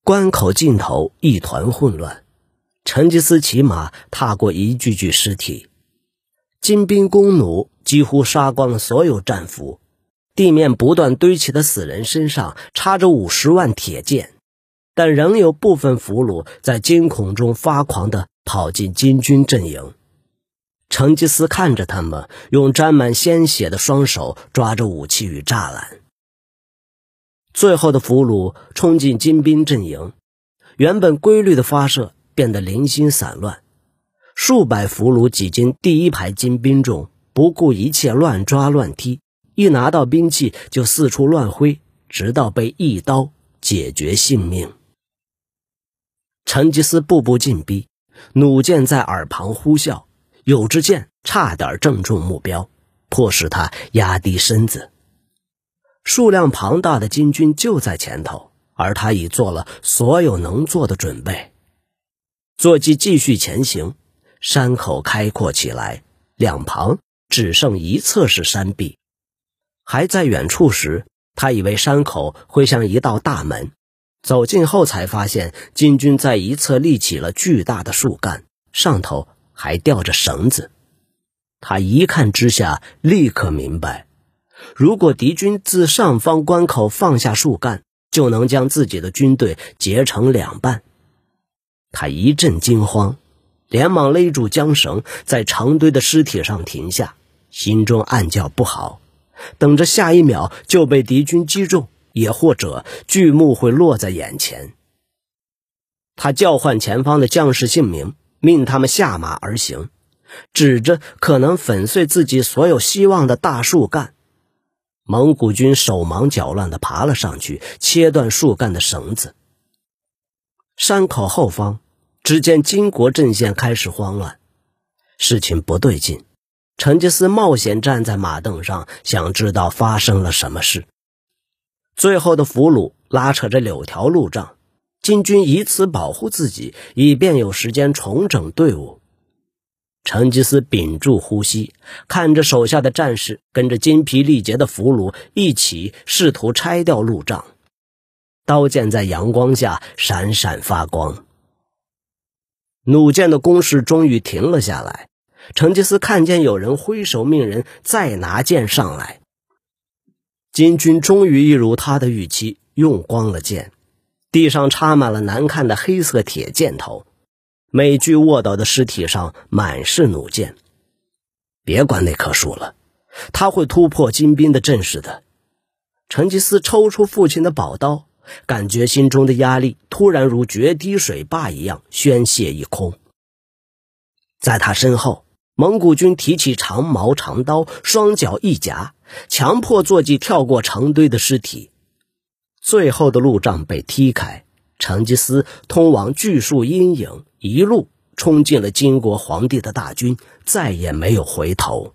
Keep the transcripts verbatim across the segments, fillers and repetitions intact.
关口尽头一团混乱，成吉思骑马踏过一具具尸体，金兵弓弩几乎杀光了所有战俘，地面不断堆起的死人身上插着五十万铁剑，但仍有部分俘虏在惊恐中发狂地跑进金军阵营。成吉思看着他们用沾满鲜血的双手抓着武器与栅栏。最后的俘虏冲进金兵阵营，原本规律的发射变得零星散乱，数百俘虏挤进第一排金兵中，不顾一切乱抓乱踢，一拿到兵器就四处乱挥，直到被一刀解决性命。成吉思步步进逼，弩箭在耳旁呼啸，有支箭差点正中目标，迫使他压低身子。数量庞大的金军就在前头，而他已做了所有能做的准备。坐骑继续前行，山口开阔起来，两旁只剩一侧是山壁。还在远处时，他以为山口会像一道大门，走近后才发现金军在一侧立起了巨大的树干，上头还吊着绳子。他一看之下立刻明白，如果敌军自上方关口放下树干，就能将自己的军队截成两半。他一阵惊慌，连忙勒住缰绳，在成堆的尸体上停下，心中暗叫不好，等着下一秒就被敌军击中，也或者巨木会落在眼前。他叫唤前方的将士姓名，命他们下马而行，指着可能粉碎自己所有希望的大树干。蒙古军手忙脚乱地爬了上去，切断树干的绳子。山口后方，只见金国阵线开始慌乱，事情不对劲。成吉思冒险站在马凳上，想知道发生了什么事。最后的俘虏拉扯着柳条路障，金军以此保护自己，以便有时间重整队伍。成吉思屏住呼吸，看着手下的战士跟着筋疲力竭的俘虏一起试图拆掉路障，刀剑在阳光下闪闪发光。弩箭的攻势终于停了下来，成吉思看见有人挥手命人再拿剑上来。金军终于一如他的预期，用光了剑，地上插满了难看的黑色铁箭头，每具卧倒的尸体上满是弩箭。别管那棵树了，他会突破金兵的阵势的。成吉思抽出父亲的宝刀，感觉心中的压力突然如决堤水坝一样宣泄一空。在他身后，蒙古军提起长矛长刀，双脚一夹，强迫坐骑跳过成堆的尸体。最后的路障被踢开，成吉思通往巨树阴影，一路冲进了金国皇帝的大军，再也没有回头。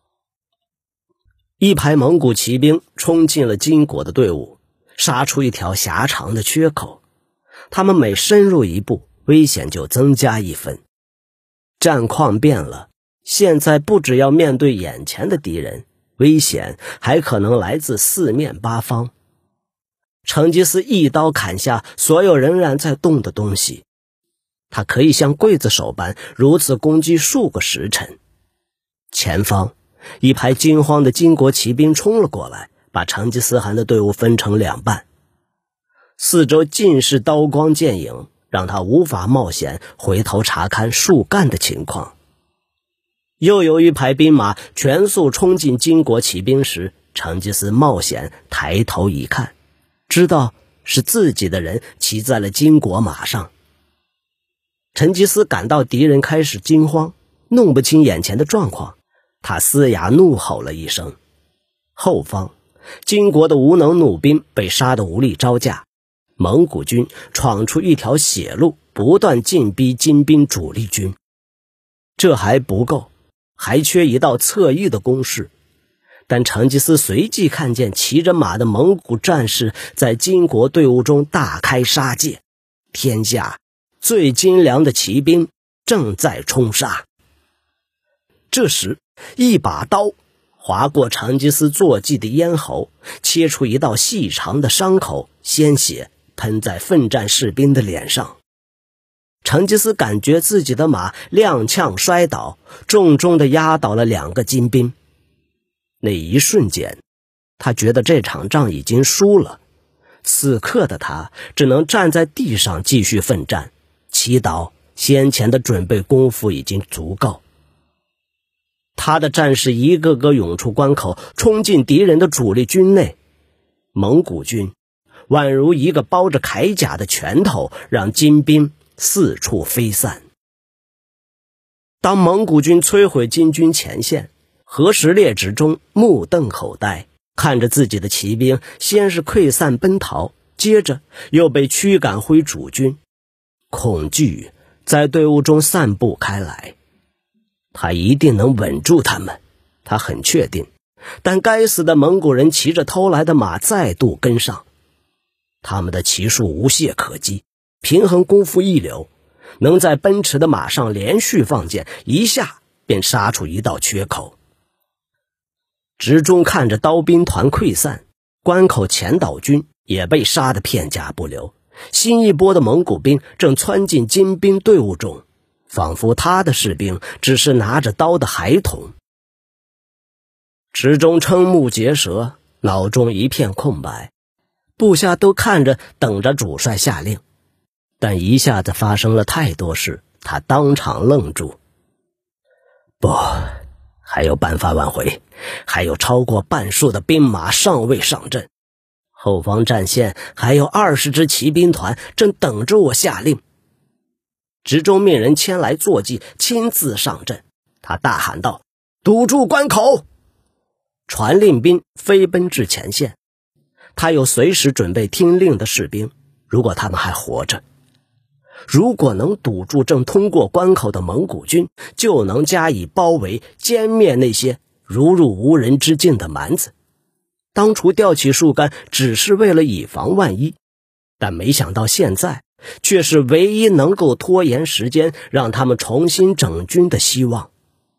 一排蒙古骑兵冲进了金国的队伍，杀出一条狭长的缺口。他们每深入一步，危险就增加一分。战况变了，现在不只要面对眼前的敌人，危险还可能来自四面八方。成吉思一刀砍下所有仍然在动的东西，他可以像刽子手般如此攻击数个时辰。前方一排惊慌的金国骑兵冲了过来，把成吉思汗的队伍分成两半。四周尽是刀光剑影，让他无法冒险回头查看树干的情况。又有一排兵马全速冲进金国骑兵时，成吉思冒险抬头一看，知道是自己的人骑在了金国马上。成吉思感到敌人开始惊慌，弄不清眼前的状况，他嘶哑怒吼了一声。后方金国的无能弩兵被杀得无力招架，蒙古军闯出一条血路，不断进逼金兵主力军。这还不够，还缺一道侧翼的攻势。但成吉思随即看见骑着马的蒙古战士在金国队伍中大开杀戒，天下最精良的骑兵正在冲杀。这时一把刀划过成吉思坐骑的咽喉，切出一道细长的伤口，鲜血喷在奋战士兵的脸上。成吉思感觉自己的马踉跄摔倒，重重地压倒了两个金兵。那一瞬间，他觉得这场仗已经输了。此刻的他只能站在地上继续奋战，祈祷先前的准备功夫已经足够。他的战士一个个涌出关口，冲进敌人的主力军内。蒙古军宛如一个包着铠甲的拳头，让金兵四处飞散。当蒙古军摧毁金军前线，何时列直中目瞪口呆，看着自己的骑兵先是溃散奔逃，接着又被驱赶回主军，恐惧在队伍中散布开来。他一定能稳住他们，他很确定，但该死的蒙古人骑着偷来的马再度跟上。他们的骑术无懈可击，平衡功夫一流，能在奔驰的马上连续放箭，一下便杀出一道缺口。直中看着刀兵团溃散，关口前导军也被杀得片甲不留，新一波的蒙古兵正窜进金兵队伍中，仿佛他的士兵只是拿着刀的孩童。直中瞠目结舌，脑中一片空白，部下都看着等着主帅下令，但一下子发生了太多事，他当场愣住。不，还有办法挽回，还有超过半数的兵马尚未上阵，后方战线还有二十支骑兵团正等着我下令。直中命人牵来坐骑，亲自上阵。他大喊道：堵住关口！传令兵飞奔至前线，他有随时准备听令的士兵，如果他们还活着。如果能堵住正通过关口的蒙古军，就能加以包围，歼灭那些如入无人之境的蛮子。当初吊起树干只是为了以防万一，但没想到现在却是唯一能够拖延时间，让他们重新整军的希望。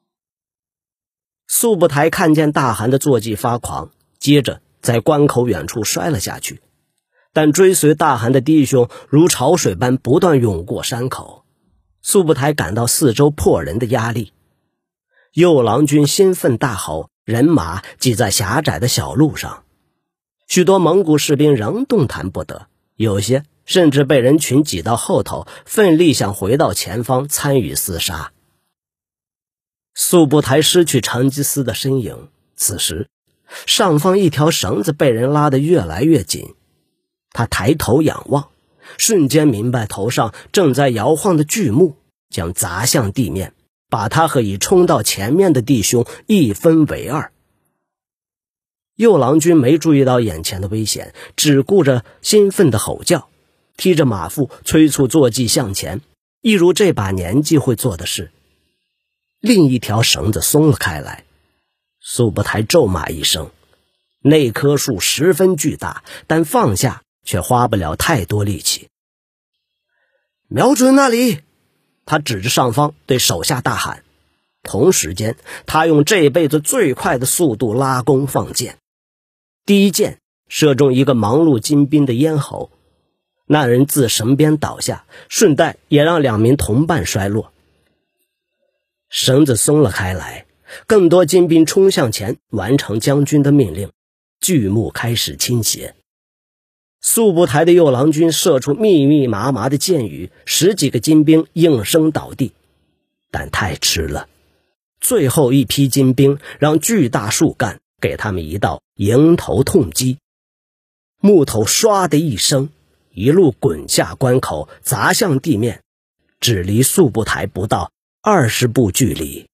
速不台看见大汗的坐骑发狂，接着在关口远处摔了下去，但追随大汗的弟兄如潮水般不断涌过山口。速不台感到四周迫人的压力，右郎军兴奋大吼，人马挤在狭窄的小路上，许多蒙古士兵仍动弹不得，有些甚至被人群挤到后头，奋力想回到前方参与厮杀。速不台失去成吉思的身影，此时上方一条绳子被人拉得越来越紧，他抬头仰望，瞬间明白头上正在摇晃的巨木将砸向地面，把他和已冲到前面的弟兄一分为二。右郎君没注意到眼前的危险，只顾着兴奋的吼叫，踢着马腹催促坐骑向前，一如这把年纪会做的事。另一条绳子松了开来，速不台咒骂一声。那棵树十分巨大，但放下却花不了太多力气。瞄准那里！他指着上方对手下大喊，同时间他用这辈子最快的速度拉弓放箭。第一箭射中一个忙碌金兵的咽喉，那人自绳边倒下，顺带也让两名同伴摔落。绳子松了开来，更多金兵冲向前完成将军的命令，巨木开始倾斜。速不台的右郎军射出密密麻麻的箭雨，十几个金兵应声倒地，但太迟了。最后一批金兵让巨大树干给他们一道迎头痛击，木头唰的一声一路滚下关口，砸向地面，只离速不台不到二十步距离。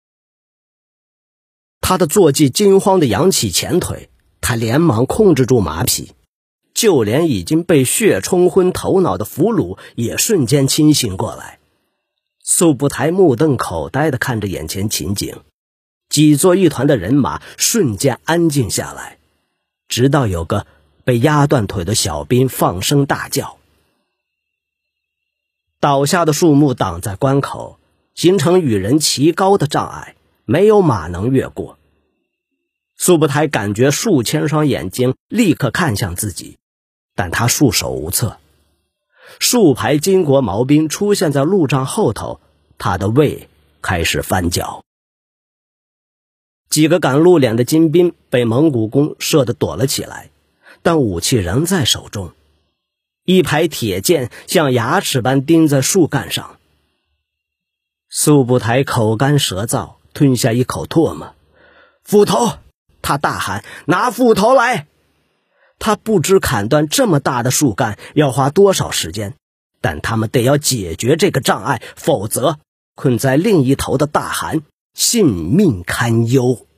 他的坐骑惊慌地扬起前腿，他连忙控制住马匹，就连已经被血冲昏头脑的俘虏也瞬间清醒过来。速不台目瞪口呆地看着眼前情景，挤作一团的人马瞬间安静下来，直到有个被压断腿的小兵放声大叫。倒下的树木挡在关口，形成与人齐高的障碍，没有马能越过。速不台感觉数千双眼睛立刻看向自己， 但他束手无策。数排金国毛兵出现在路障后头，他的胃开始翻搅。几个赶路脸的金兵被蒙古弓射得躲了起来，但武器仍在手中。一排铁剑像牙齿般钉在树干上。速不台口干舌燥，吞下一口唾沫。斧头！他大喊，拿斧头来！他不知砍断这么大的树干要花多少时间，但他们得要解决这个障碍，否则困在另一头的大汗性命堪忧。